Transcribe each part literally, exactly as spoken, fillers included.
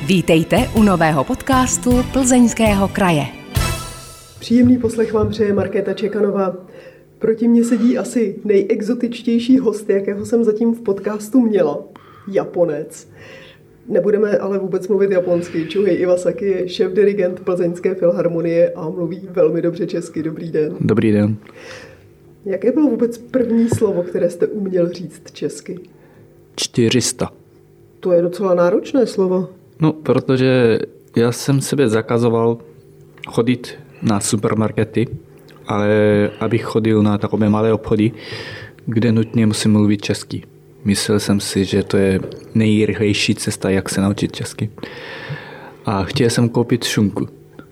Vítejte u nového podcastu Plzeňského kraje. Příjemný poslech vám přeje Markéta Čekanová. Proti mně sedí asi nejexotičtější host, jakého jsem zatím v podcastu měla. Japonec. Nebudeme ale vůbec mluvit japonsky. Chuhei Iwasaki je šéf-dirigent Plzeňské filharmonie a mluví velmi dobře česky. Dobrý den. Dobrý den. Jaké bylo vůbec první slovo, které jste uměl říct česky? čtyři sta. To je docela náročné slovo. No, protože já jsem sebe zakazoval chodit na supermarkety, ale abych chodil na takové malé obchody, kde nutně musím mluvit česky. Myslel jsem si, že to je nejrychlejší cesta, jak se naučit česky. A chtěl jsem koupit šunku.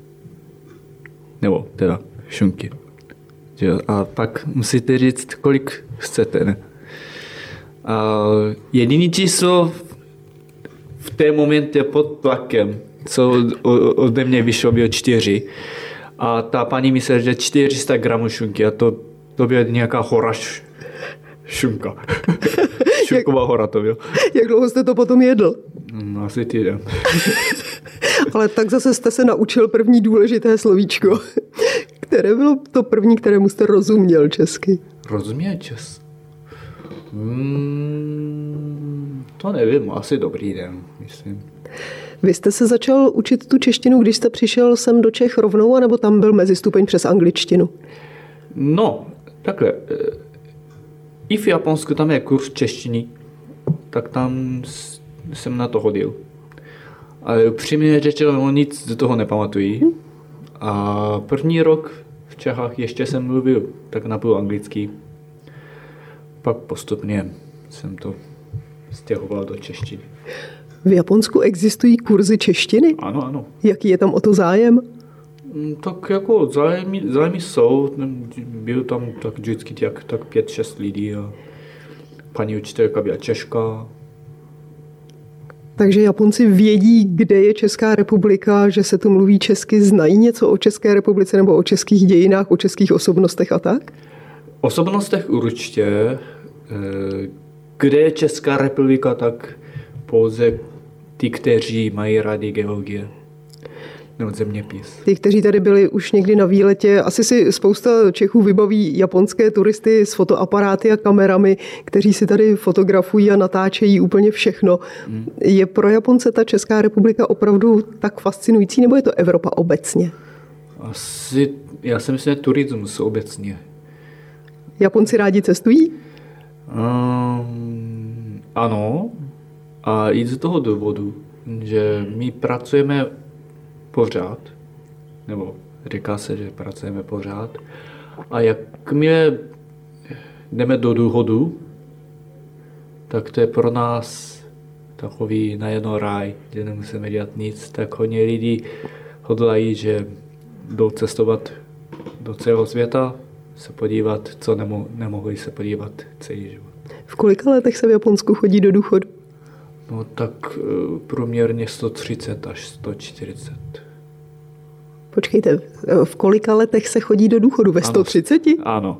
Nebo teda šunky. A pak musíte říct, kolik chcete, ne? A jediný číslo v té momentě pod tlakem, co ode mě vyšlo, bylo čtyři. A ta paní myslela, že čtyři sta gramů šunky a to, to byla nějaká hora šunka. Šunková hora to bylo. Jak dlouho jste to potom jedl? No, asi týden. Ale tak zase jste se naučil první důležité slovíčko. Které bylo to první, kterému jste rozuměl česky? Rozuměl česky? Hmm, to nevím, asi dobrý den, myslím. Vy jste se začal učit tu češtinu, když jste přišel sem do Čech rovnou, anebo tam byl mezistupeň přes angličtinu? No, takhle. I v Japonsku tam je kurz češtiny, tak tam jsem na to hodil. Ale upřímně řečeno, nic z toho nepamatuji. A první rok v Čechách ještě jsem mluvil tak napůl anglicky. Pak postupně jsem to stěhoval do češtiny. V Japonsku existují kurzy češtiny? Ano, ano. Jaký je tam o to zájem? Tak jako zájmy, zájmy jsou. Byl tam tak vždycky tak, tak pět, šest lidí a paní učitelka byla Češka. Takže Japonci vědí, kde je Česká republika, že se tu mluví česky, znají něco o České republice nebo o českých dějinách, o českých osobnostech a tak? Osobnostech určitě. Kde je Česká republika, tak pouze ty, kteří mají rádi geologie nebo zeměpis. Ty, kteří tady byli už někdy na výletě, asi si spousta Čechů vybaví japonské turisty s fotoaparáty a kamerami, kteří si tady fotografují a natáčejí úplně všechno. Hmm. Je pro Japonce ta Česká republika opravdu tak fascinující, nebo je to Evropa obecně? Asi, já si myslím, že turismus obecně. Japonci rádi cestují? Um, ano. A i z toho důvodu, že my pracujeme pořád, nebo říká se, že pracujeme pořád, a jakmile jdeme do důchodu, tak to je pro nás takový najednou ráj, kde nemusíme dělat nic, tak hodně lidí hodlají, že jdou cestovat do celého světa, se podívat, co nemo- nemohli se podívat celý život. V kolika letech se v Japonsku chodí do důchodu? No tak průměrně sto třicet až sto čtyřicet. Počkejte, v kolika letech se chodí do důchodu? Ve sto třiceti? Ano.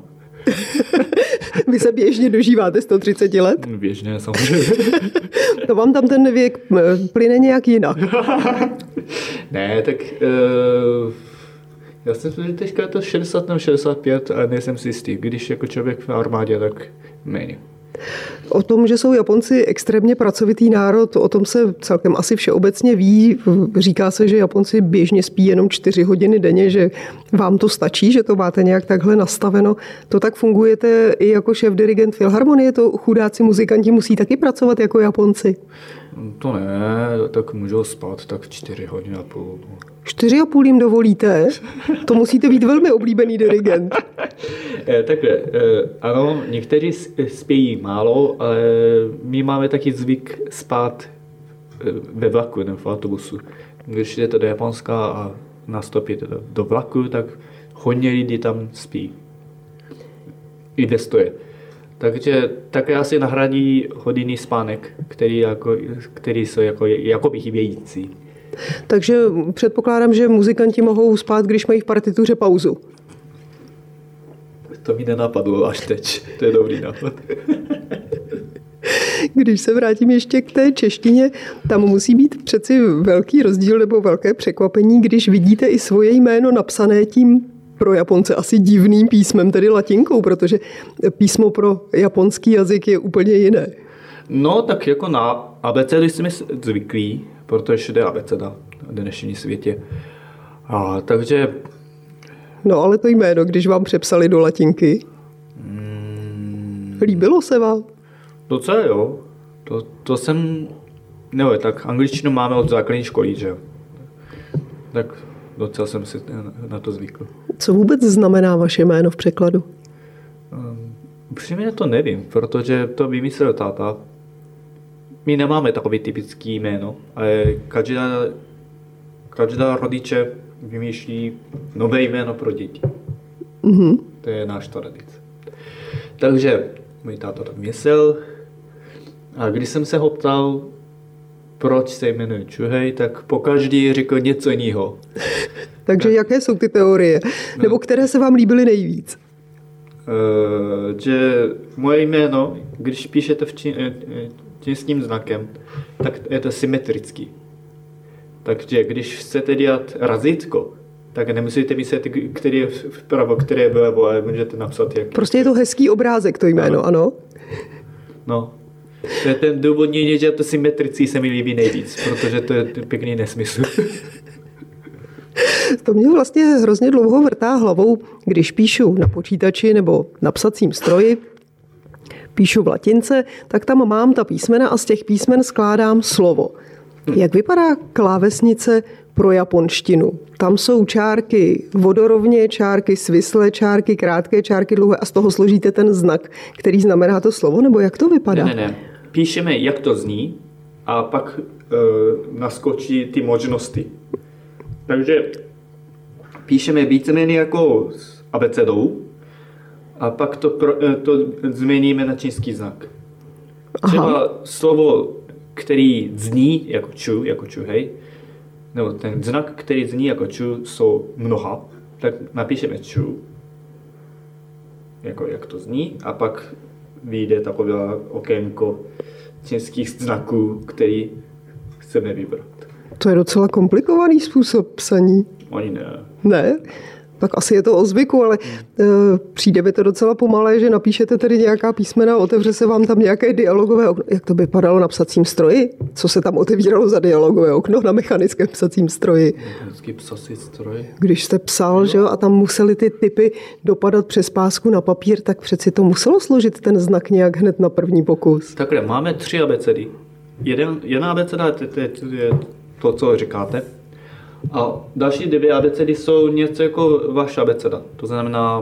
Vy se běžně dožíváte sto třicet let? Běžně, samozřejmě. To vám tam ten věk plyne nějak jinak. Ne, tak uh, já jsem si teďka je to šedesát nebo šedesát pět, ale nejsem si jistý. Když jako člověk v armádě, tak méně. O tom, že jsou Japonci extrémně pracovitý národ, o tom se celkem asi všeobecně ví. Říká se, že Japonci běžně spí jenom čtyři hodiny denně, že vám to stačí, že to máte nějak takhle nastaveno. To tak fungujete i jako šéf-dirigent filharmonie? To chudáci muzikanti musí taky pracovat jako Japonci? To ne, tak můžou spát tak čtyři hodiny a půl. Čtyři a půl jim dovolíte? To musíte být velmi oblíbený dirigent. Takhle, ano, někteří spějí málo, ale my máme taky zvyk spát ve vlaku nebo v autobusu. Když jdete do Japonska a nastoupíte do vlaku, tak hodně lidí tam spí. I ve stoje. Takže také asi nahradí hodiny spánek, který, jako, který jsou jako, jakoby chybějící. Takže předpokládám, že muzikanti mohou spát, když mají v partituře pauzu. To mi nenapadlo až teď. To je dobrý nápad. Když se vrátím ještě k té češtině, tam musí být přeci velký rozdíl nebo velké překvapení, když vidíte i svoje jméno napsané tím pro Japonce asi divným písmem, tedy latinkou, protože písmo pro japonský jazyk je úplně jiné. No, tak jako na abecedu jsme zvyklí, protože jde abeceda v dnešním světě. A, takže... No, ale to jméno, když vám přepsali do latinky, mm, líbilo se vám? Docela jo. To, to jsem... Nebo tak angličtinu máme od základní školy, že jo. Tak docela jsem si na to zvykl. Co vůbec znamená vaše jméno v překladu? Um, upřímně to nevím, protože to vymyslel táta. My nemáme takový typický jméno, ale každá, každá rodiče vymýšlí nové jméno pro děti. Mm-hmm. To je náš tradice. Takže můj táta tak myslel a když jsem se ho ptal, proč se jmenuje Chuhei, tak pokaždý řekl něco jiného. Takže jaké jsou ty teorie? No. Nebo které se vám líbily nejvíc? Uh, že moje jméno, když píšete v čín, čínským znakem, tak je to symetrický. Takže když chcete dělat razítko, tak nemusíte myslet, který je vpravo, který je vlevo, ale můžete napsat jak. Prostě je to hezký obrázek, to jméno, ano? ano? No. To je ten důvodnění, že to symetrický se mi líbí nejvíc, protože to je pěkný nesmysl. To mě vlastně hrozně dlouho vrtá hlavou, když píšu na počítači nebo na psacím stroji, píšu v latince, tak tam mám ta písmena a z těch písmen skládám slovo. Jak vypadá klávesnice pro japonštinu? Tam jsou čárky vodorovně, čárky svislé, čárky krátké, čárky dlouhé a z toho složíte ten znak, který znamená to slovo, nebo jak to vypadá? Ne, ne, ne. Píšeme, jak to zní a pak uh, naskočí ty možnosti. Takže píšeme víceméně jako s abecedou a pak to, to změníme na čínský znak. Třeba Aha. slovo, který zní jako ču, jako čuhej, nebo ten znak, který zní jako ču, jsou mnoha, tak napíšeme ču, jako jak to zní, a pak vyjde takové okénko čínských znaků, který chceme vybrat. To je docela komplikovaný způsob psaní. Ani ne. Ne? Tak asi je to o zvyku, ale e, přijde mi to docela pomalé, že napíšete tedy nějaká písmena, otevře se vám tam nějaké dialogové okno. Jak to vypadalo na psacím stroji? Co se tam otevíralo za dialogové okno na mechanickém psacím stroji? Mechanický psací stroj? Když jste psal, no. že jo, a tam museli ty typy dopadat přes pásku na papír, tak přeci to muselo složit ten znak nějak hned na první pokus. Takhle, máme tři abecedy. Jeden, jedna abeceda je, je to, co říkáte. A další dvě abecedy jsou něco jako vaše abeceda. To znamená,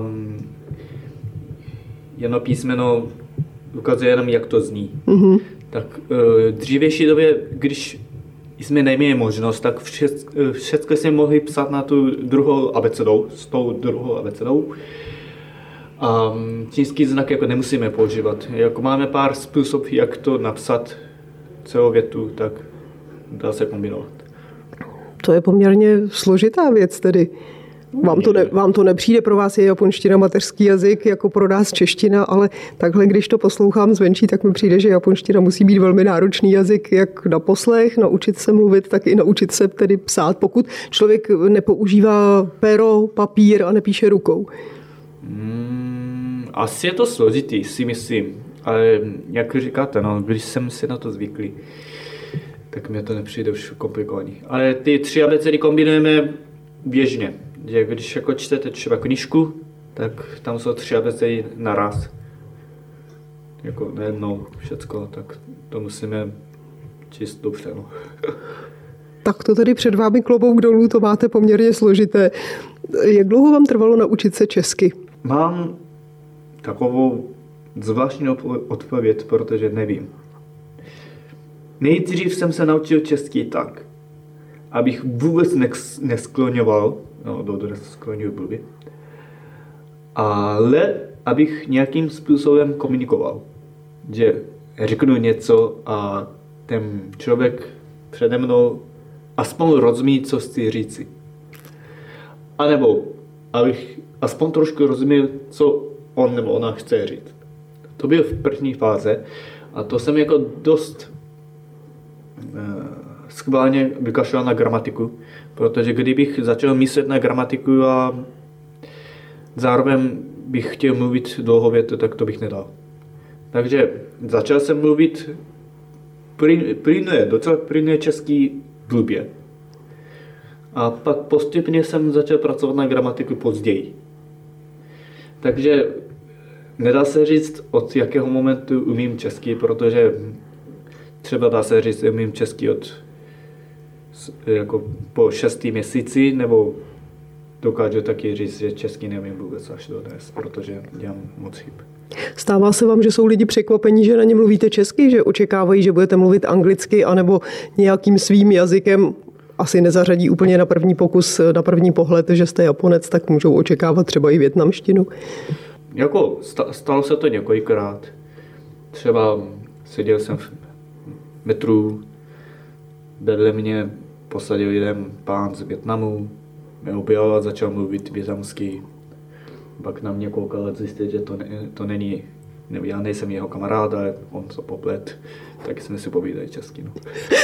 jedno písmeno ukazuje jenom, jak to zní. Mm-hmm. Tak v dřívější době, když jsme neměli možnost, tak všechno jsme mohli psát na tu druhou abecedou, s tou druhou abecedou. A čínský znak jako nemusíme používat. Jako máme pár způsobů, jak to napsat celou větu, tak dá se kombinovat. To je poměrně složitá věc tedy. Vám to, ne, vám to nepřijde, pro vás je japonština mateřský jazyk, jako pro nás čeština, ale takhle, když to poslouchám zvenčí, tak mi přijde, že japonština musí být velmi náročný jazyk, jak na poslech, naučit se mluvit, tak i naučit se tedy psát, pokud člověk nepoužívá pero, papír a nepíše rukou. Hmm, asi je to složitý, si myslím, ale jak říkáte, no, když jsem si na to zvyklý, tak mě to nepřijde už komplikovaný. Ale ty tři abecedy kombinujeme běžně. Že když jako čtete třeba knížku, tak tam jsou tři abecedy naraz. Jako nejednou všecko, tak to musíme číst dobře. No. Tak to tedy před vámi klobouk dolů, to máte poměrně složité. Jak dlouho vám trvalo naučit se česky? Mám takovou zvláštní odpověď, protože nevím. Nejdřív jsem se naučil česky tak, abych vůbec neskloňoval, no dobře, skloňuji blbě, ale abych nějakým způsobem komunikoval, že řeknu něco a ten člověk přede mnou aspoň rozumí, co chci říci. A nebo abych aspoň trošku rozuměl, co on nebo ona chce říct. To bylo v první fáze. A to jsem jako dost uh, schválně vykašlal na gramatiku, protože kdybych začal myslet na gramatiku a zároveň bych chtěl mluvit dlouhovět, tak to bych nedal. Takže začal jsem mluvit plynuje, docela plynuje český blbě. A pak postupně jsem začal pracovat na gramatiku později. Takže nedá se říct, od jakého momentu umím česky, protože třeba dá se říct, že umím česky od jako po šestý měsíci, nebo dokážu taky říct, že česky nevím vůbec až do dnes, protože dělám moc chyb. Stává se vám, že jsou lidi překvapení, že na ně mluvíte česky, že očekávají, že budete mluvit anglicky anebo nějakým svým jazykem, asi nezařadí úplně na první pokus, na první pohled, že jste Japonec, tak můžou očekávat třeba i vietnamštinu? Jako stalo se to několikrát. Třeba seděl jsem v metru, vedle mě posadil jeden pán z Vietnamu, mě objel a začal mluvit vietnamsky. Pak na mě koukal a zjistil, že to, ne, to není, ne, já nejsem jeho kamarád, ale on to poplet, tak jsme si povídali česky. No.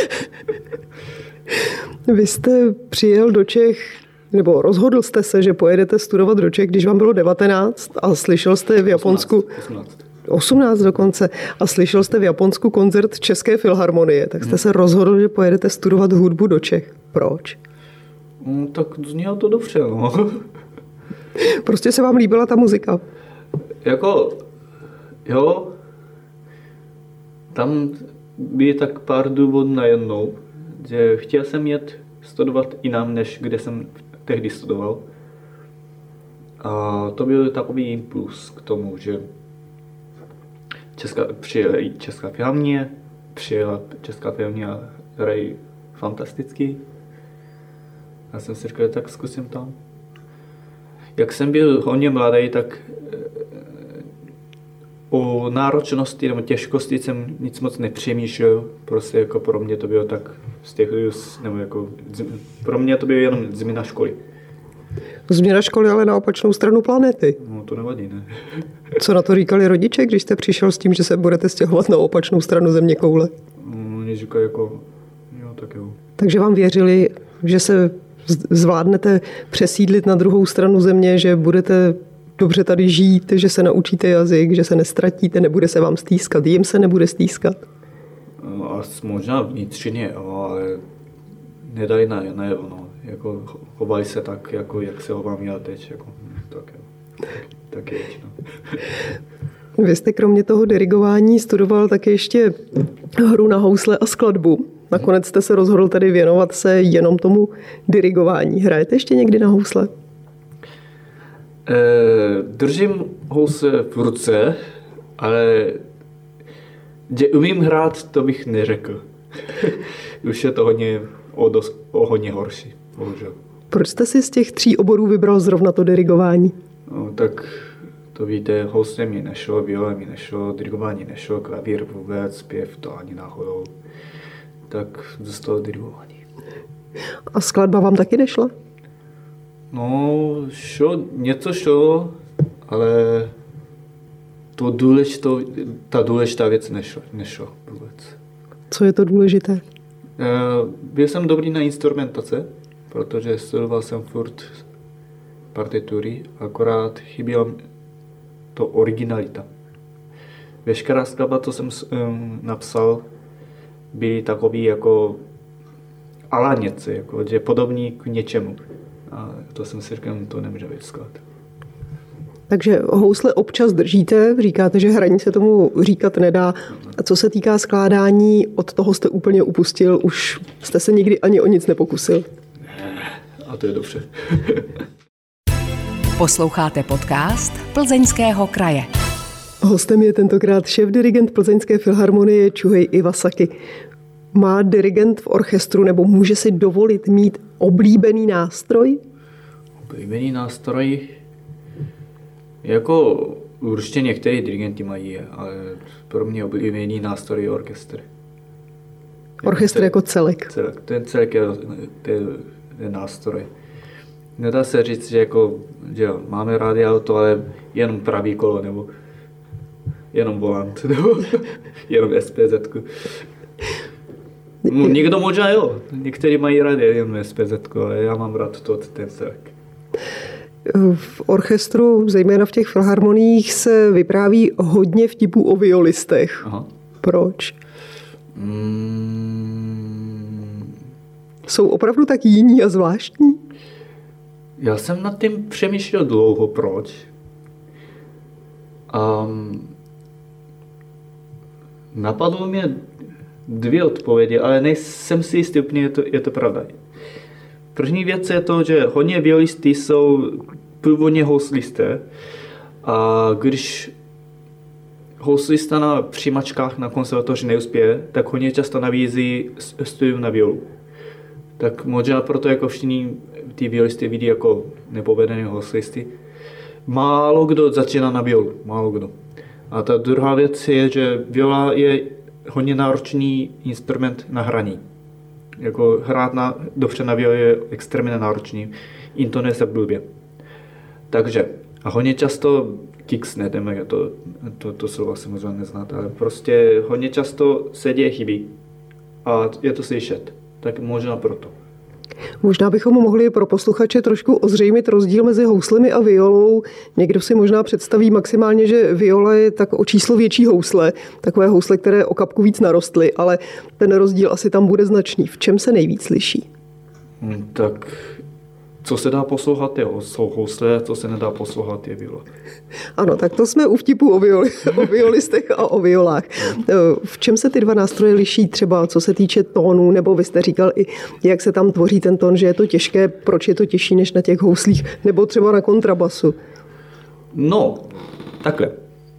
Vy jste přijel do Čech, nebo rozhodl jste se, že pojedete studovat do Čech, když vám bylo devatenáct a slyšel jste v Japonsku... osmnáct. osmnáct dokonce. A slyšel jste v Japonsku koncert České filharmonie, tak jste hmm. se rozhodl, že pojedete studovat hudbu do Čech. Proč? No, tak znělo to dobře, no. Prostě se vám líbila ta muzika? Jako, jo, tam byly tak pár důvodů najednou, že chtěl jsem jet studovat jinam, než kde jsem tehdy studoval. A to byl takový impuls k tomu, že Česká, přijela i Česká filharmonie, přijela Česká filharmonie a hrají fantasticky. Já jsem si říkal, tak zkusím tam. Jak jsem byl hodně mladý, tak o náročnosti nebo těžkosti jsem nic moc nepřemýšlel. Prostě jako pro mě to bylo tak z těch, nebo jako, pro mě to bylo jenom změna školy. Změna školy, ale na opačnou stranu planety. No to nevadí, ne? Co na to říkali rodiče, když jste přišel s tím, že se budete stěhovat na opačnou stranu zeměkoule? No, oni říkají jako, jo, tak jo. Takže vám věřili, že se zvládnete přesídlit na druhou stranu země, že budete dobře tady žít, že se naučíte jazyk, že se nestratíte, nebude se vám stýskat, jim se nebude stýskat? No, a možná vnitřně, ale nedají na, na ono. Jako chovají se tak, jako jak se chovám já teď. Jako, tak, tak je. No. Vy jste kromě toho dirigování studoval také ještě hru na housle a skladbu. Nakonec jste se rozhodl tedy věnovat se jenom tomu dirigování. Hrajete ještě někdy na housle? E, držím housle v ruce, ale že umím hrát, to bych neřekl. Už je to hodně, o, dost, o hodně horší. Bohužel. Proč jste si z těch tří oborů vybral zrovna to dirigování? No, tak to víte, housle mi nešlo, viola mi nešlo, dirigování nešlo, klavír vůbec, zpěv to ani náhodou. Tak zůstalo dirigování. A skladba vám taky nešla? No, šlo, něco šlo, ale to důležito, ta důležitá věc nešla, nešla vůbec. Co je to důležité? Byl jsem dobrý na instrumentace, protože studoval jsem furt partitury, akorát chyběla to originalita. Veškerá skladba, co jsem um, napsal, byly takový jako ala něco, jako, že podobný k něčemu. A to jsem si říkal, to nemůže být sklad. Takže housle občas držíte, říkáte, že hraní se tomu říkat nedá. A co se týká skládání, od toho jste úplně upustil, už jste se nikdy ani o nic nepokusil. A to je dobře. Posloucháte podcast Plzeňského kraje. Hostem je tentokrát šéf-dirigent Plzeňské filharmonie Chuhei Iwasaki. Má dirigent v orchestru nebo může si dovolit mít oblíbený nástroj? Oblíbený nástroj? Jako určitě některé dirigenti mají, ale pro mě oblíbený nástroj je orchestr. Orchestr ten, jako celek? Celek. Ten celek je, je, je nástroj. Nedá se říct, že, jako, že máme rádi auto, ale jenom pravý kolo, nebo jenom volant, nebo jenom S P Z ku. No, někdo možná jo, někteří mají rádi jenom S P Z ku, ale já mám rád to, ten celek. V orchestru, zejména v těch filharmoniích, se vypráví hodně vtipů o violistech. Aha. Proč? Mm. Jsou opravdu tak jiní a zvláštní? Já jsem nad tím přemýšlel dlouho, proč. Um, napadlo mě dvě odpovědi, ale nejsem si jistý úplně, je to, je to pravda. První věc je to, že hodně violisty jsou původně houslisté a když houslista na přijímačkách na konzervatoři neuspěje, tak hodně často nabízí studium na violu. Tak možná proto jako všichni ty violisty vidí jako nepovedené houslisty. Málo kdo začíná na violu, málo kdo. A ta druhá věc je, že viola je hodně náročný instrument na hraní. Jako hrát na, dobře na viole je extrémně náročný, intonuje se blbě. Takže a hodně často kiksne, to, to, to slovo asi možná neznáte, ale prostě hodně často se děje chyby a je to slyšet, tak možná proto. Možná bychom mohli pro posluchače trošku ozřejmit rozdíl mezi houslemi a violou. Někdo si možná představí maximálně, že viola je tak o číslo větší housle, takové housle, které o kapku víc narostly, ale ten rozdíl asi tam bude značný. V čem se nejvíc liší? Hmm, tak co se dá poslouchat je housle, co se nedá poslouchat je viola. Ano, tak to jsme u vtipu o, violi, o violistech a o violách. V čem se ty dva nástroje liší třeba, co se týče tónů, nebo vy jste říkal i, jak se tam tvoří ten tón, že je to těžké, proč je to těžší než na těch houslích, nebo třeba na kontrabasu? No, takhle.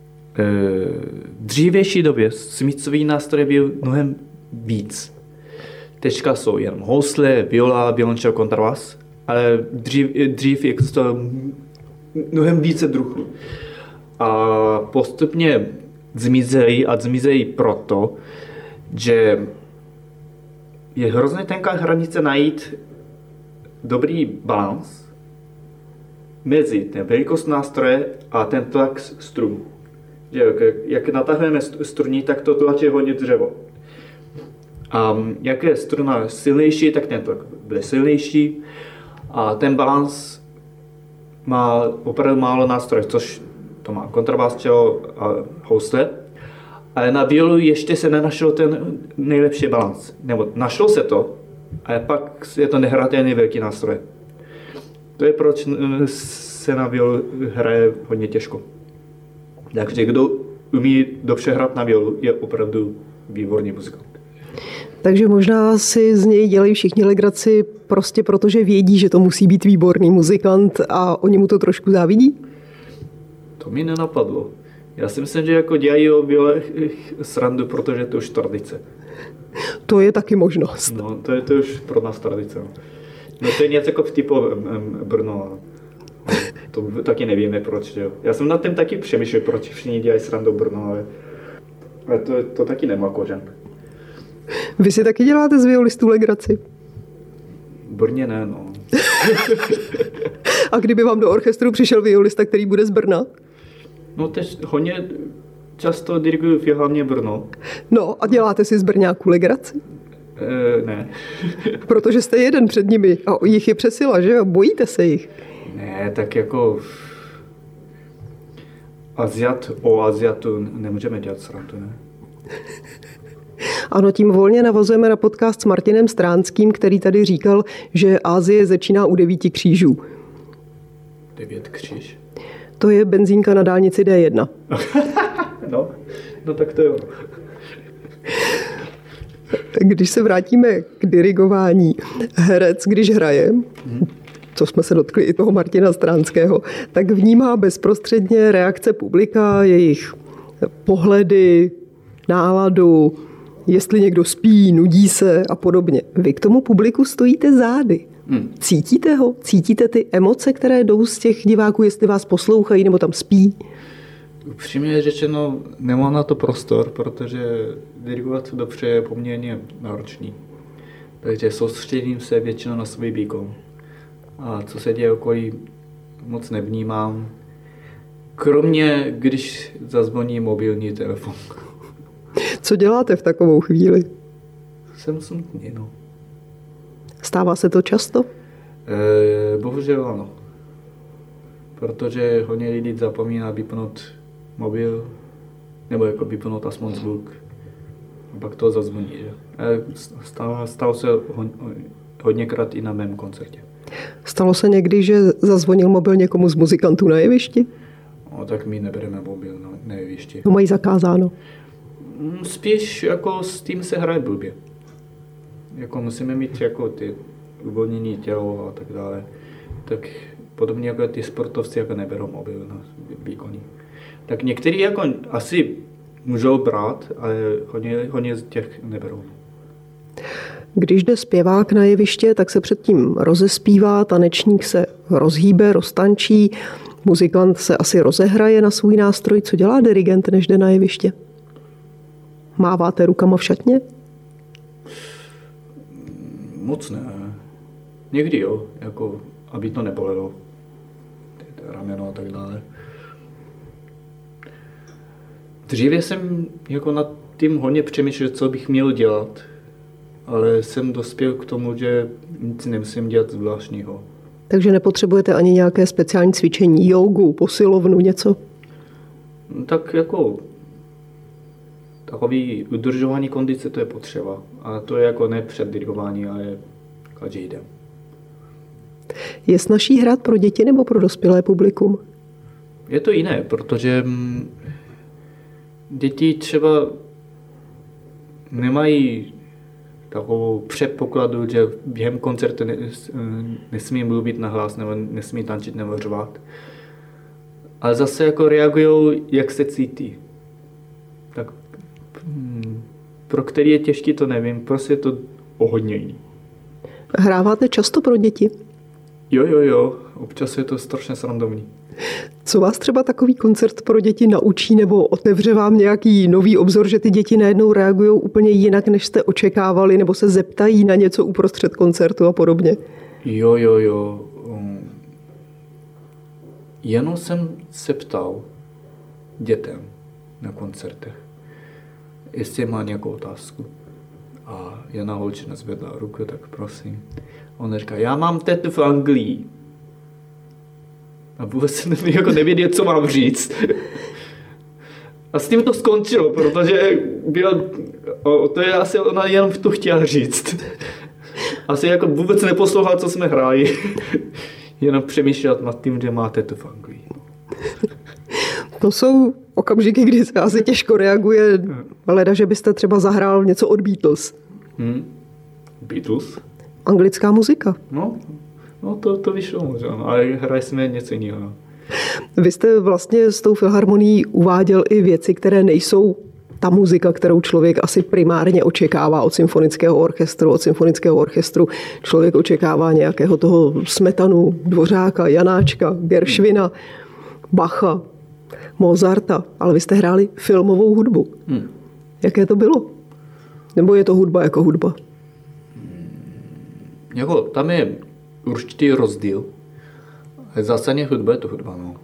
V dřívější době smyčcový nástroj byl mnohem víc. Teďka jsou jen housle, viola, violončelo, kontrabas, ale dřív, dřív existovalo mnohem více druhů. A postupně zmizejí a zmizejí proto, že je hrozně tenká hranice najít dobrý balans mezi ten velikost nástroje a ten tlak strun. Že jak natahujeme struní, tak to tlačí hodně dřevo. A jak je struna silnější, tak ten tlak bude silnější. A ten balans má opravdu málo nástrojů, což to má kontrabas, cello a housle. Ale na violu ještě se nenašel ten nejlepší balans. Nebo našlo se to, ale pak je to nehratelný velký nástroj. To je proč se na violu hraje hodně těžko. Takže kdo umí dobře hrát na violu, je opravdu výborný muzikant. Takže možná si z něj dělají všichni legraci prostě proto, že vědí, že to musí být výborný muzikant a oni mu to trošku závidí? To mi nenapadlo. Já si myslím, že jako dělají o viole srandu, protože to už tradice. To je taky možnost. No, to je to už pro nás tradice. No to je něco jako v typu Brno. To taky nevíme proč. Jo. Já jsem nad tím taky přemýšlel, proč všichni dělají srandu Brno, ale, ale to, to taky nemá kořen. Vy si taky děláte z violistů legraci? V Brně ne, no. A kdyby vám do orchestru přišel violista, který bude z Brna? No teď hodně často diriguju v hlavně Brno. No a děláte si z Brňáků legraci? E, ne. Protože jste jeden před nimi a jich je přesila, že jo? Bojíte se jich? Ne, tak jako Aziat o Aziatu nemůžeme dělat srandu, ne? Ano, tím volně navazujeme na podcast s Martinem Stránským, který tady říkal, že Asie začíná u devíti křížů. Devět kříž? To je benzínka na dálnici D jedna. no, no tak to jo. Když se vrátíme k dirigování, herec, když hraje, hmm. co jsme se dotkli i toho Martina Stránského, tak vnímá bezprostředně reakce publika, jejich pohledy, náladu, jestli někdo spí, nudí se a podobně. Vy k tomu publiku stojíte zády. Hmm. Cítíte ho? Cítíte ty emoce, které jdou z těch diváků, jestli vás poslouchají nebo tam spí? Upřímně řečeno, nemám na to prostor, protože dirigovat dobře je poměrně náročný. Takže soustředím se většinou na svůj výkon. A co se děje okolí, moc nevnímám. Kromě, když zazvoní mobilní telefon. Co děláte v takovou chvíli? Jsem smutný, no. Stává se to často? E, bohužel ano. Protože hodně lidí zapomíná vypnout mobil, nebo jako vypnout aspoň zvuk. A pak to zazvoní, že? Stalo, stalo se hodněkrát i na mém koncertě. Stalo se někdy, že zazvonil mobil někomu z muzikantů na jevišti? No, tak my nebereme mobil na, na jevišti. To mají zakázáno. Spíš jako s tím se hraje blbě. Jako musíme mít jako ty uvolnění tělo a tak dále. Tak podobně jako ty sportovci jako neberou mobil na výkony. Tak někteří jako asi můžou brát, ale hodně, hodně z těch neberou. Když jde zpěvák na jeviště, tak se předtím rozespívá, tanečník se rozhýbe, roztančí, muzikant se asi rozehraje na svůj nástroj. Co dělá dirigent, než jde na jeviště? Máváte rukama v šatně? Moc ne. Někdy jo, jako aby to nebolelo. Rameno a tak dále. Dříve jsem jako nad tím hodně přemýšlel, co bych měl dělat, ale jsem dospěl k tomu, že nic nemusím dělat zvláštního. Takže nepotřebujete ani nějaké speciální cvičení, jogu, posilovnu, něco? Tak jako takový udržování kondice, to je potřeba. A to je jako ne před dirigování, ale každý den. Je snazší hrát pro děti nebo pro dospělé publikum? Je to jiné, protože děti třeba nemají takovou předpokladu, že během koncertu nesmí mluvit nahlas, nebo nesmí tančit, nebo řvát. Ale zase jako reagují, jak se cítí. Tak pro který je těžký, to nevím, prostě je to o hodně jiný. Hráváte často pro děti? Jo, jo, jo, občas je to strašně srandovní. Co vás třeba takový koncert pro děti naučí nebo otevře vám nějaký nový obzor, že ty děti najednou reagují úplně jinak, než jste očekávali, nebo se zeptají na něco uprostřed koncertu a podobně? Jo, jo, jo. Jenom jsem se ptal dětem na koncertech, jestli má nějakou otázku. A jedna holčina zvedla ruku, tak prosím. Ona říká, já mám tetu v Anglii. A vůbec jsem jako nevěděl, co mám říct. A s tím to skončilo, protože bylo, o, to je asi ona jenom to chtěla říct. Asi jako vůbec neposlouchal, co jsme hráli. Jenom přemýšlel nad tím, že má tetu v Anglii. To jsou okamžiky, kdy se asi těžko reaguje, leda, že byste třeba zahrál něco od Beatles. Hmm. Beatles? Anglická muzika. No, no to, to vyšlo možná, ale hrají jsme něco jiného. Vy jste vlastně s tou filharmonií uváděl i věci, které nejsou ta muzika, kterou člověk asi primárně očekává od symfonického orchestru. Od symfonického orchestru člověk očekává nějakého toho Smetanu, Dvořáka, Janáčka, Gershwina, Bacha, Mozarta, ale vy jste hráli filmovou hudbu. Hmm. Jaké to bylo? Nebo je to hudba jako hudba? Jako, tam je určitý rozdíl. Zásadně hudba je to hudba, no.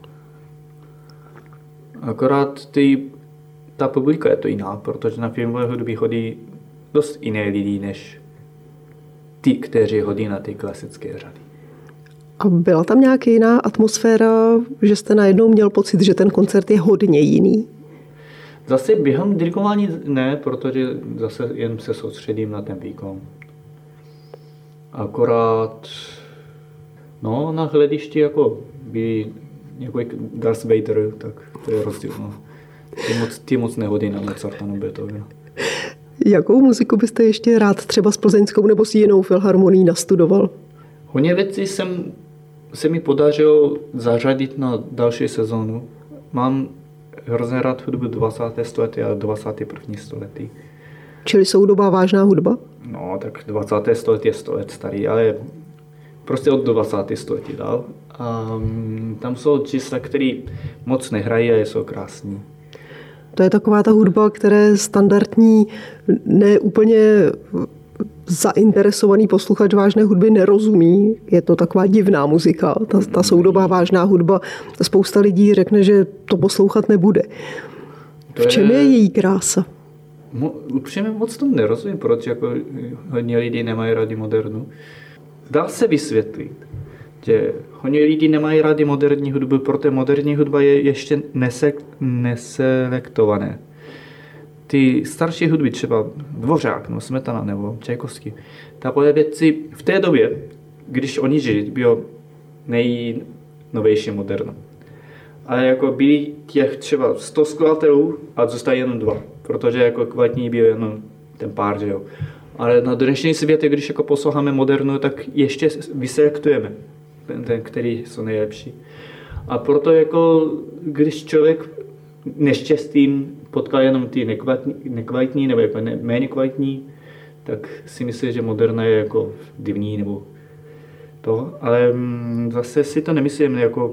Akorát ty, ta publika je to jiná, protože na filmové hudby chodí dost jiné lidi, než ty, kteří hodí na ty klasické řady. A byla tam nějaká jiná atmosféra, že jste najednou měl pocit, že ten koncert je hodně jiný? Zase během dirigování ne, protože zase jen se soustředím na ten výkon. Akorát no, na hledišti jako by jako Darth Vader, tak to je rozdíl. No. Ty moc, ty moc nehodí na Mozarta nebo Beethovena. Jakou muziku byste ještě rád třeba s plzeňskou nebo s jinou filharmonií nastudoval? Hodně věcí jsem, se mi podařilo zařadit na další sezónu. Mám hrozně rád hudbu dvacátého století a dvacátého prvního století. Čili soudobá vážná hudba? No, tak dvacáté století je sto let starý, ale prostě od dvacátého století dál. A tam jsou čísla, které moc nehrají a jsou krásní. To je taková ta hudba, které standardní, ne úplně zainteresovaný posluchač vážné hudby nerozumí. Je to taková divná muzika, ta, ta soudobá vážná hudba. Spousta lidí řekne, že to poslouchat nebude. V čem je její krása? Mo, upřímně moc tomu nerozumím, proč jako hodně lidí nemají rádi modernu. Dá se vysvětlit, že hodně lidí nemají rádi moderní hudbu, protože moderní hudba je ještě nese, neselektované. Ty starší hudby, třeba Dvořák, nebo Smetana, nebo Čajkovský, takové věci v té době, když oni žili, bylo nejnovější moderno. Ale jako byli těch třeba sto skladatelů a zůstali jenom dva, protože jako kvalitní byl jenom ten pár, že jo. Ale na dnešní světě, když jako posloucháme modernu, tak ještě vyselektujeme ten, ten, který jsou nejlepší. A proto jako, když člověk neštěstím potká jenom ty nekvalitní, nekvalitní nebo jako ne, méně kvalitní, tak si myslím, že moderna je jako divný nebo to. Ale zase si to nemyslím, jako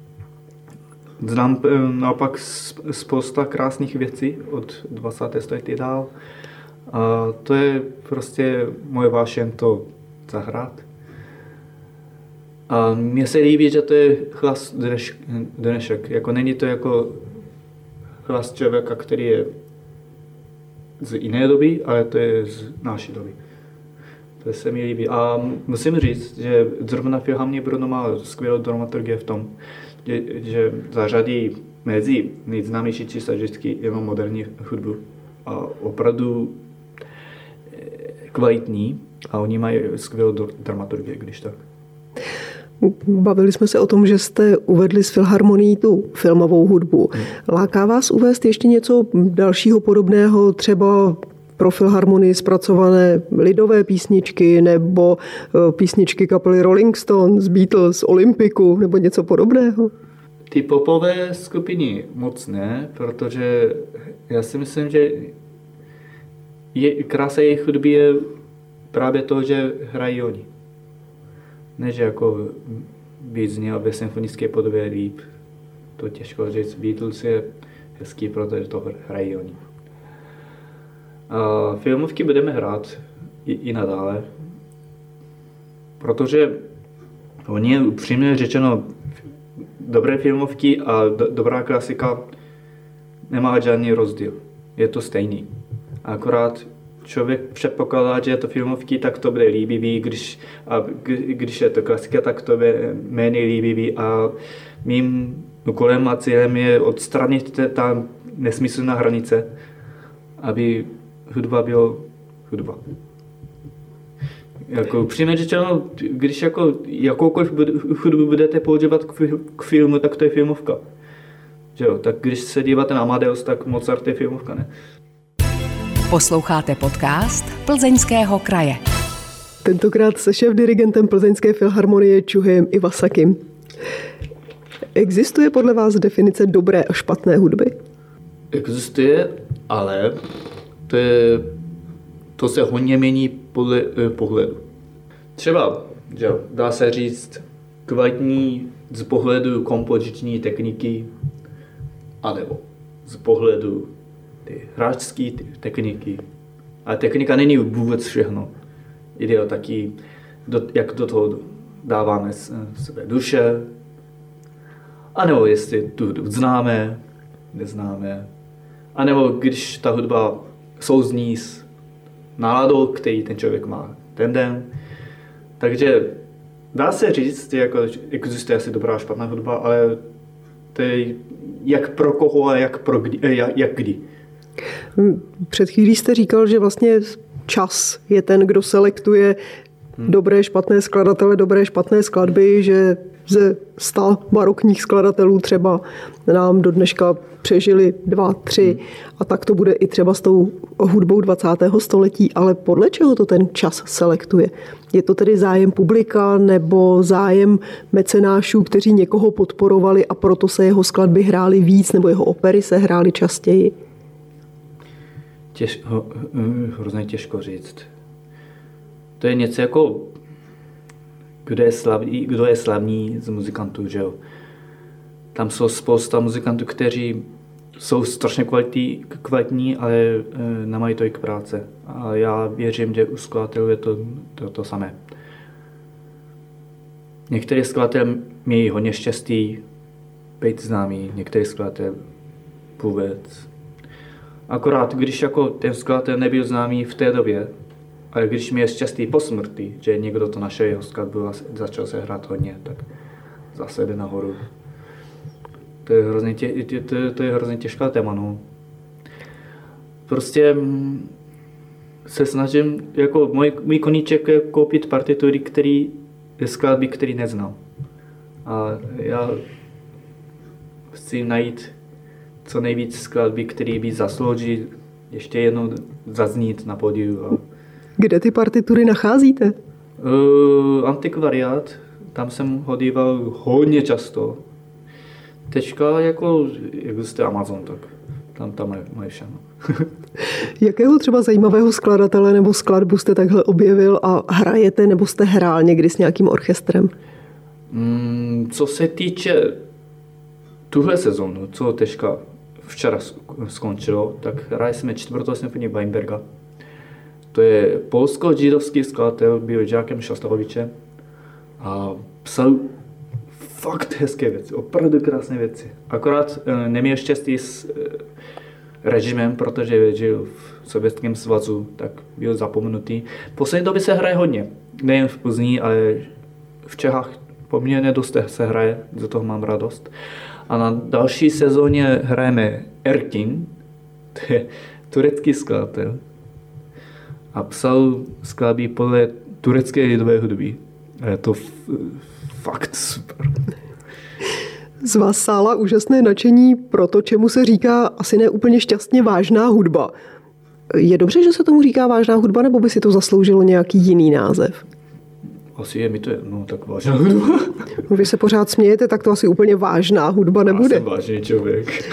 znám naopak spousta krásných věcí od dvacátého století dál. A to je prostě moje vášeň to zahrát. A mně se líbí, že to je hlas dneš, dnešek. Jako není to jako hlas člověka, který je z jiné doby, ale to je z naší doby. To se mi líbí. A musím říct, že zrovna Filharmonie Brno má skvělou dramaturgii v tom, že, že zařadí mezi nejznámější čísla vždycky jenom moderní hudbu. A opravdu kvalitní. A oni mají skvělou dramaturgii, když tak. Bavili jsme se o tom, že jste uvedli z Filharmonií tu filmovou hudbu. Láká vás uvést ještě něco dalšího podobného, třeba pro Filharmonii zpracované lidové písničky nebo písničky kapely Rolling Stones, Beatles, Olympiku nebo něco podobného? Ty popové skupiny moc ne, protože já si myslím, že je, krása jejich hudby je právě to, že hrají oni. Ne, že jako víc zněl ve symfonické podobě líp. To těžko říct. Beatles je hezký, protože to hrají oni. A filmovky budeme hrát i, i nadále, protože oni upřímně řečeno dobré filmovky a do, dobrá klasika nemá žádný rozdíl. Je to stejný. Akorát člověk předpokládá, že je to filmovky, tak to bude líbivý, když, a když je to klasika, tak to bude méně líbivý a mým úkolem a cílem je odstranit ta nesmyslná hranice, aby hudba byla hudba. Jako upřímně řečeno, když jako jakoukoliv hudbu budete používat k filmu, tak to je filmovka. Že jo? Tak když se díváte na Amadeus, tak Mozart je filmovka, ne? Posloucháte podcast Plzeňského kraje. Tentokrát se šéfdirigentem Plzeňské filharmonie Chuhiem Iwasakim. Existuje podle vás definice dobré a špatné hudby? Existuje, ale to, je, to se hodně mění podle eh, pohledu. Třeba, že dá se říct kvalitní z pohledu kompoziční techniky, anebo z pohledu ty hráčské techniky. A technika není vůbec všechno. Jde o taky, do, jak do toho dáváme své duše, anebo jestli tu hudbu známe, neznáme, anebo když ta hudba souzní s náladou, který ten člověk má ten den. Takže dá se říct, že jako existuje asi dobrá a špatná hudba, ale to je jak pro koho a jak, pro kdy, jak, jak kdy. Před chvílí jste říkal, že vlastně čas je ten, kdo selektuje hmm. dobré, špatné skladatele, dobré, špatné skladby, že ze sta barokních skladatelů třeba nám do dneška přežili dva, tři hmm. a tak to bude i třeba s tou hudbou dvacátého století, ale podle čeho to ten čas selektuje? Je to tedy zájem publika nebo zájem mecenášů, kteří někoho podporovali a proto se jeho skladby hrály víc nebo jeho opery se hrály častěji? Těž, ho, hrozně těžko říct. To je něco jako, kdo je slavný, kdo je slavný z muzikantů, že jo. Tam jsou spousta muzikantů, kteří jsou strašně kvalitní, kvalitní, ale e, nemají tolik práce. A já věřím, že u skladatelů je to, to, to samé. Některé skladatelé mějí hodně štěstí být známý, některé skladatelé vůbec. Akorát, když jako ten skladatel nebyl známý v té době, ale když měl štěstí po smrti, že někdo to našel jeho skladbu a začal se hrát hodně, tak zase jde nahoru. To je hrozně, tě, to, to je hrozně těžká téma, no. Prostě se snažím, jako můj, můj koníček je koupit partitury, který, skladby, který neznám. A já chci najít co nejvíc skladby, které by zaslouží ještě jednou zaznít na pódiu. A... Kde ty partitury nacházíte? Uh, antikvariát, tam jsem ho díval hodně často. Teďka jako existuje Amazon, tak tam, tam mají všechno. Jakého třeba zajímavého skladatele nebo skladbu jste takhle objevil a hrajete nebo jste hrál někdy s nějakým orchestrem? Mm, co se týče tuhle sezónu, co teďka včera skončilo, tak hráli jsme čtvrtou symfonii Weinberga. To je polsko-židovský skladatel, byl žákem Šostakoviče a psal fakt hezké věci, opravdu krásné věci. Akorát neměl štěstí s režimem, protože žil v Sovětském svazu, tak byl zapomenutý. V poslední době se hraje hodně, nejen v Plzni, ale v Čechách poměrně dost se hraje, za toho mám radost. A na další sezóně hrajeme Erkin, to je turecký skladatel. A psal skladby podle turecké lidové hudby. A je to f- fakt super. Z vás sála úžasné nadšení pro to, čemu se říká asi ne úplně šťastně vážná hudba. Je dobře, že se tomu říká vážná hudba, nebo by si to zasloužilo nějaký jiný název? Asi je mi to jedno, tak vážná hudba. Vy se pořád smějete, tak to asi úplně vážná hudba nebude. Já jsem vážný člověk.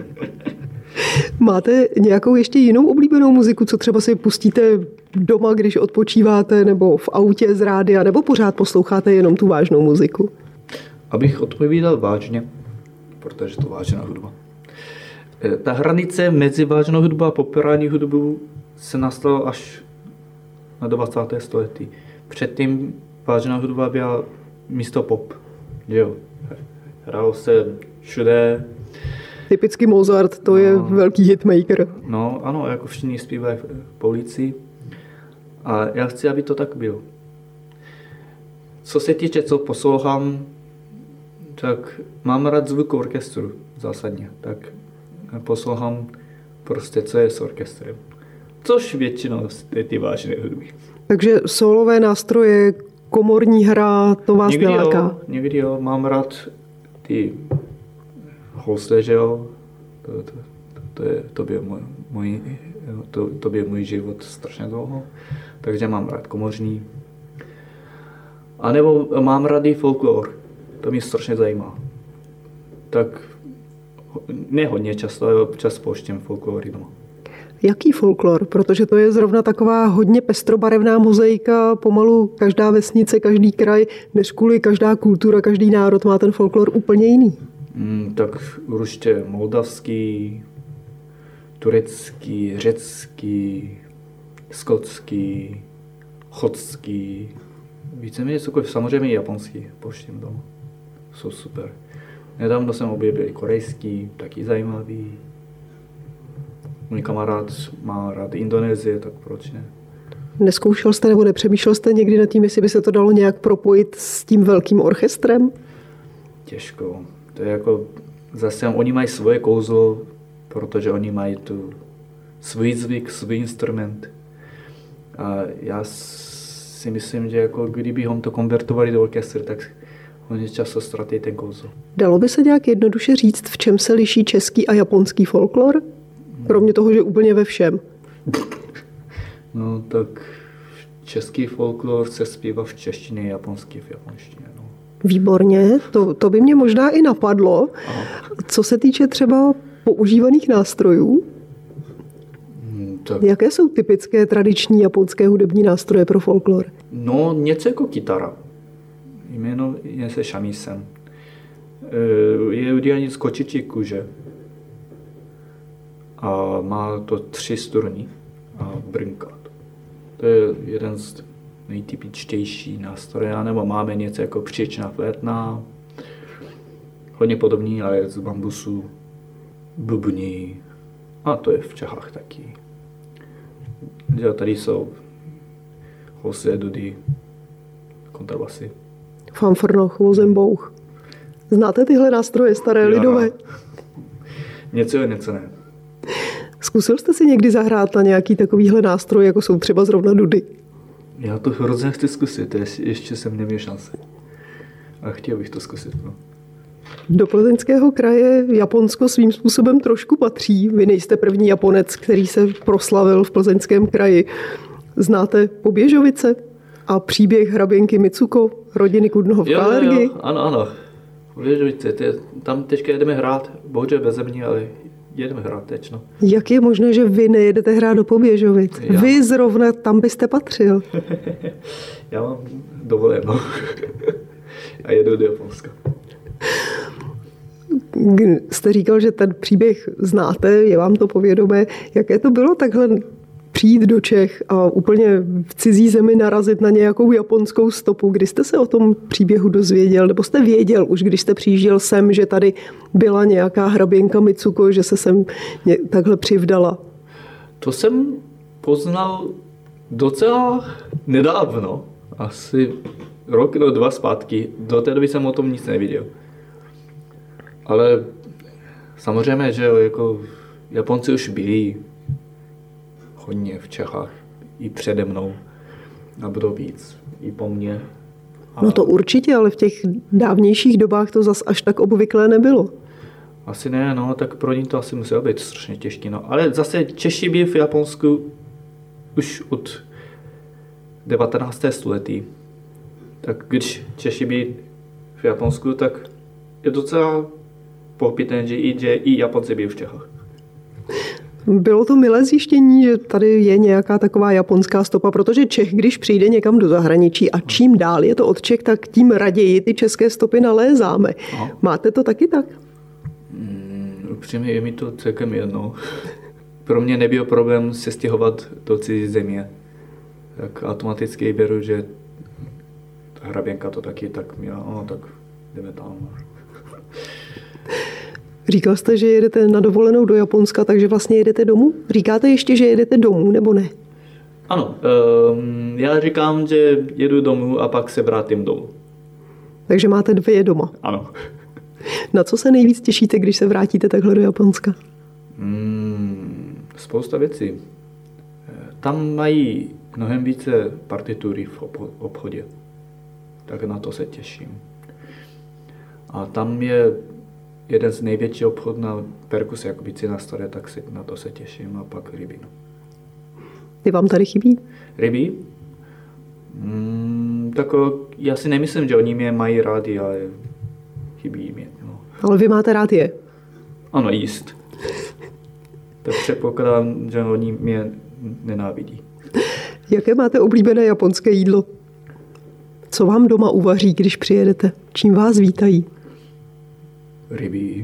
Máte nějakou ještě jinou oblíbenou muziku, co třeba si pustíte doma, když odpočíváte, nebo v autě z rádia, nebo pořád posloucháte jenom tu vážnou muziku? Abych odpovídal vážně, protože to vážná hudba. Ta hranice mezi vážnou hudbou a populární hudbou se nastala až na dvacátém století. Předtím vážná hudba byla místo pop. Jo. Hrál se všude. Typicky Mozart, to no, je velký hitmaker. No ano, jako všichni zpívají po ulici. A já chci, aby to tak bylo. Co se týče, co poslouchám, tak mám rád zvuk orchestru zásadně. Tak poslouchám prostě, co je s orchestrem. Což většinou je ty vážné hudby. Takže solové nástroje, komorní hra, to vás někdy neláká? Jo, někdy jo, mám rád ty housle, že jo. To, to, to, to, je, to, byl můj, můj, to, to byl můj život strašně dlouho. Takže mám rád komořní. A nebo mám rád i folklor. To mě strašně zajímá. Tak ne hodně často, ale občas pouštím folklory doma. Jaký folklor? Protože to je zrovna taková hodně pestrobarevná mozaika, pomalu každá vesnice, každý kraj, než kvůli každá kultura, každý národ má ten folklor úplně jiný. Mm, tak určitě moldavský, turecký, řecký, skotský, chotský, víceméně cokoliv, samozřejmě i japonský pouštím doma. Jsou super. Nedávno jsem objevil i korejský, taky zajímavý. Můj kamarád má rád Indonésie, tak proč ne? Neskoušel jste nebo nepřemýšlel jste někdy nad tím, jestli by se to dalo nějak propojit s tím velkým orchestrem? Těžko. To je jako, zase oni mají svoje kouzlo, protože oni mají tu svůj zvyk, svůj instrument. A já si myslím, že jako kdybychom to konvertovali do orchestru, tak hodně často ztratí ten kouzlo. Dalo by se nějak jednoduše říct, v čem se liší český a japonský folklor? Kromě toho, že úplně ve všem. No tak český folklor se zpívá v češtině, japonský v japonštině. No. Výborně, to, to by mě možná i napadlo. Aha. Co se týče třeba používaných nástrojů, hmm, tak... jaké jsou typické tradiční japonské hudební nástroje pro folklor? No něco jako kytara. Jméno je se shamisen. Je udělaný z kočičí kůže. a má to tři struny a brnká. To je jeden z nejtypičtější nástrojů, nebo máme něco jako příčná flétna, hodně podobný, ale z bambusu, bubny, a to je v Čechách taky. Tady jsou houslě, dudy, kontrabasy. Fanfrnoch, vozembouch. Znáte tyhle nástroje staré, lidové? Něco je, něco ne. Zkusil jste si někdy zahrát na nějaký takovýhle nástroj, jako jsou třeba zrovna dudy? Já to hrozně chci zkusit, ještě jsem neměl šanci. Ale chtěl bych to zkusit. No. Do Plzeňského kraje Japonsko svým způsobem trošku patří. Vy nejste první Japonec, který se proslavil v Plzeňském kraji. Znáte Poběžovice a příběh hraběnky Mitsuko, rodiny Kudnoho v Kalergi? Ano, ano. Poběžovice, tam teďka jedeme hrát, bohužel beze mě, ale jedeme hrát teď. No. Jak je možné, že vy nejedete hrát do Poběžovic? Já. Vy zrovna tam byste patřil. Já mám dovolenou a jedu do Japonska. Jste říkal, že ten příběh znáte, je vám to povědomé. Jaké to bylo takhle přijít do Čech a úplně v cizí zemi narazit na nějakou japonskou stopu? Kdy jste se o tom příběhu dozvěděl? Nebo jste věděl už, když jste přijížděl sem, že tady byla nějaká hraběnka Mitsuko, že se sem takhle přivdala? To jsem poznal docela nedávno. Asi rok nebo dva zpátky. Do té doby jsem o tom nic neviděl. Ale samozřejmě, že jako Japonci už byli hodně v Čechách i přede mnou a bylo víc i po mně. A no to určitě, ale v těch dávnějších dobách to zas až tak obvyklé nebylo. Asi ne, no, tak pro ně to asi muselo být strašně těžké. No. Ale zase Češi byli v Japonsku už od devatenáctého století. Tak když Češi byli v Japonsku, tak je docela pochopitelné, že i, že i Japonci byli v Čechách. Bylo to milé zjištění, že tady je nějaká taková japonská stopa, protože Čech, když přijde někam do zahraničí a čím dál je to od Čech, tak tím raději ty české stopy nalézáme. No. Máte to taky tak? Mm, upřímně je mi to celkem jedno. Pro mě nebyl problém se stěhovat do cizí země. Tak automaticky beru, že ta hraběnka to taky, tak měla, no tak jdeme tam. Říkal jste, že jedete na dovolenou do Japonska, takže vlastně jedete domů? Říkáte ještě, že jedete domů, nebo ne? Ano, um, já říkám, že jedu domů a pak se vrátím domů. Takže máte dvě doma? Ano. Na co se nejvíc těšíte, když se vrátíte takhle do Japonska? Hmm, spousta věcí. Tam mají mnohem více partitury v obchodě. Tak na to se těším. A tam je jeden z největších obchod na perkusy, jako bicí na staré, tak se, na to se těším a pak ryby. No. Ty vám tady chybí? Ryby? Mm, tak já si nemyslím, že oni mě mají rádi, ale chybí mě. No. Ale vy máte rád je? Ano, jíst. Tak předpokládám, že oni mě nenávidí. Jaké máte oblíbené japonské jídlo? Co vám doma uvaří, když přijedete? Čím vás vítají? Ryby.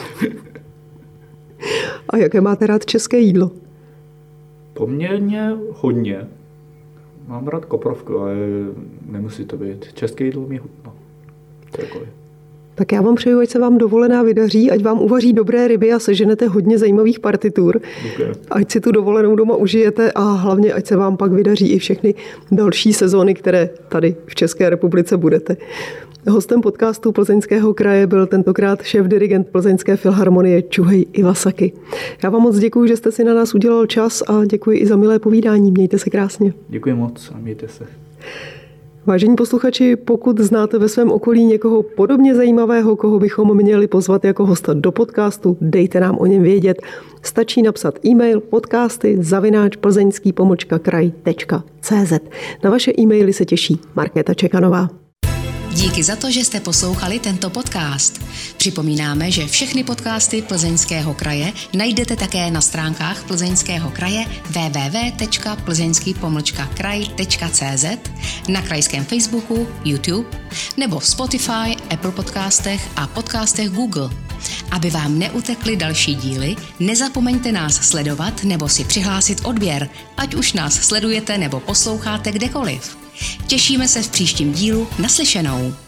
A jaké máte rád české jídlo? Poměrně hodně. Mám rád koprovku, ale nemusí to být. České jídlo mi chutná. Cokoliv. Tak já vám přeju, ať se vám dovolená vydaří, ať vám uvaří dobré ryby a seženete hodně zajímavých partitur. Okay. Ať si tu dovolenou doma užijete a hlavně, ať se vám pak vydaří i všechny další sezóny, které tady v České republice budete. Hostem podcastu Plzeňského kraje byl tentokrát šéf-dirigent Plzeňské filharmonie Chuhei Iwasaki. Já vám moc děkuji, že jste si na nás udělal čas a děkuji i za milé povídání. Mějte se krásně. Děkuji moc a mějte se. Vážení posluchači, pokud znáte ve svém okolí někoho podobně zajímavého, koho bychom měli pozvat jako hosta do podcastu, dejte nám o něm vědět. Stačí napsat e-mail podcasty zavináč plzeňský pomlčka kraj tečka cé zet. Na vaše e-maily se těší Markéta Čekanová. Díky za to, že jste poslouchali tento podcast. Připomínáme, že všechny podcasty Plzeňského kraje najdete také na stránkách Plzeňského kraje w w w tečka plzeňský pomlčka kraj tečka cé zet, na krajském Facebooku, YouTube nebo v Spotify, Apple podcastech a podcastech Google. Aby vám neutekly další díly, nezapomeňte nás sledovat nebo si přihlásit odběr, ať už nás sledujete nebo posloucháte kdekoliv. Těšíme se v příštím dílu. Naslyšenou.